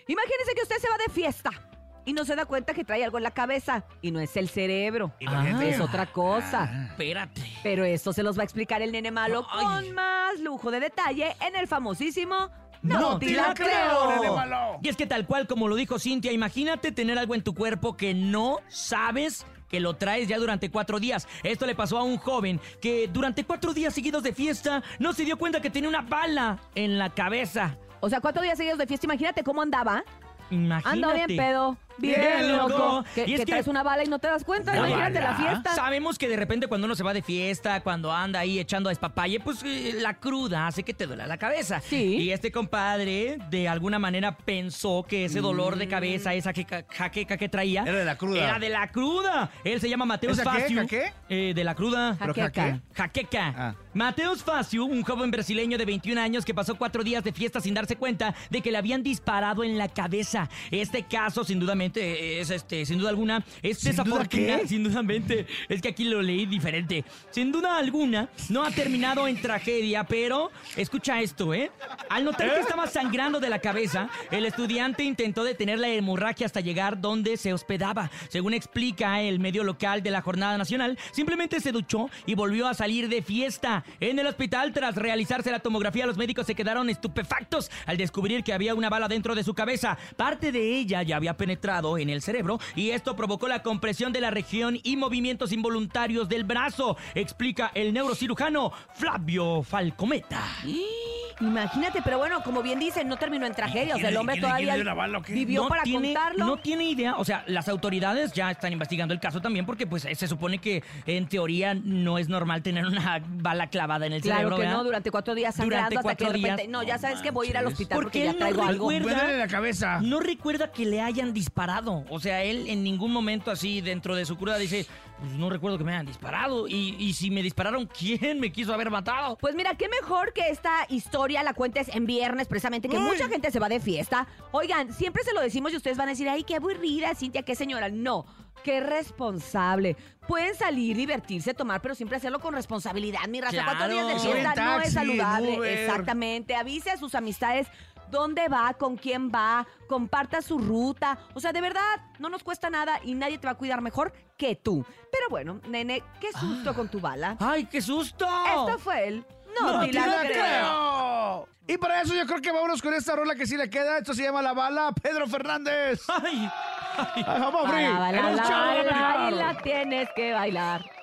Imagínese que usted se va de fiesta y no se da cuenta que trae algo en la cabeza y no es el cerebro, es otra cosa. Espérate. Pero esto se los va a explicar el nene malo con más lujo de detalle en el famosísimo No te la creo. nene malo. Y es que tal cual como lo dijo Cintia, imagínate tener algo en tu cuerpo que no sabes que lo traes ya durante 4 días. Esto le pasó a un joven que durante 4 días seguidos de fiesta no se dio cuenta que tenía una bala en la cabeza. O sea, 4 días seguidos de fiesta, imagínate cómo andaba. Imagínate. Anda bien pedo, bien Bien loco. loco. Que Y es que traes una bala y no te das cuenta, La imagínate bala. la fiesta. Sabemos que de repente cuando uno se va de fiesta, cuando anda ahí echando a despapalle, pues la cruda hace que te duela la cabeza. Sí. Y este compadre de alguna manera pensó que ese dolor de cabeza, esa jaqueca que traía... Era de la cruda. Era de la cruda. Él se llama Mateus ¿Esa qué? Facio. ¿Jaque? De la cruda. ¿Pero Jaqueca. Jaqueca. Ah. Mateus Facio, un joven brasileño de 21 años que pasó 4 días de fiesta sin darse cuenta de que le habían disparado en la cabeza. Este caso, sin duda alguna, es ¿Sin duda desafortunado. qué? Sin dudamente, es que aquí lo leí diferente. Sin duda alguna, no ha terminado en tragedia, pero escucha esto, ¿eh? Al notar que estaba sangrando de la cabeza, el estudiante intentó detener la hemorragia hasta llegar donde se hospedaba. Según explica el medio local de la Jornada Nacional, simplemente se duchó y volvió a salir de fiesta. En el hospital, tras realizarse la tomografía, los médicos se quedaron estupefactos al descubrir que había una bala dentro de su cabeza. Parte de ella ya había penetrado en el cerebro y esto provocó la compresión de la región y movimientos involuntarios del brazo, explica el neurocirujano Flavio Falcometa. Imagínate, pero bueno, como bien dicen, no terminó en tragedia. O sea, el hombre todavía ¿Quién le dio una bala o qué? vivió para contarlo. No tiene idea, o sea, las autoridades ya están investigando el caso también porque pues se supone que en teoría no es normal tener una bala clavada en el Claro cerebro, que ¿verdad? no, durante 4 días sangrando hasta que de 4 días. repente... No, ya sabes que voy a ir al hospital ¿Por porque qué ya no traigo algo. recuerda? Me duele la cabeza. No recuerda que le hayan disparado. O sea, él en ningún momento así dentro de su cruda dice, pues no recuerdo que me hayan disparado. Y si me dispararon, ¿quién me quiso haber matado? Pues mira, qué mejor que esta historia la cuentes en viernes, precisamente, que mucha gente se va de fiesta. Oigan, siempre se lo decimos y ustedes van a decir, ay, qué aburrida, Cintia, qué señora. No, qué responsable. Pueden salir, divertirse, tomar, pero siempre hacerlo con responsabilidad, mi raza. Claro. 4 días de Sube en fiesta no es taxi, saludable. en Uber. Exactamente. Avise a sus amistades dónde va, con quién va, comparta su ruta. O sea, de verdad, no nos cuesta nada y nadie te va a cuidar mejor que tú. Pero bueno, nene, qué susto con tu bala. ¡Ay, qué susto! Esto fue el No, ¡No te te la la creo. creo! Y para eso yo creo que vámonos con esta rola que sí le queda. Esto se llama La Bala, Pedro Fernández. ¡Ay! Ay, vamos, Fri. La Hemos bala, echado a y bailar. la tienes que bailar.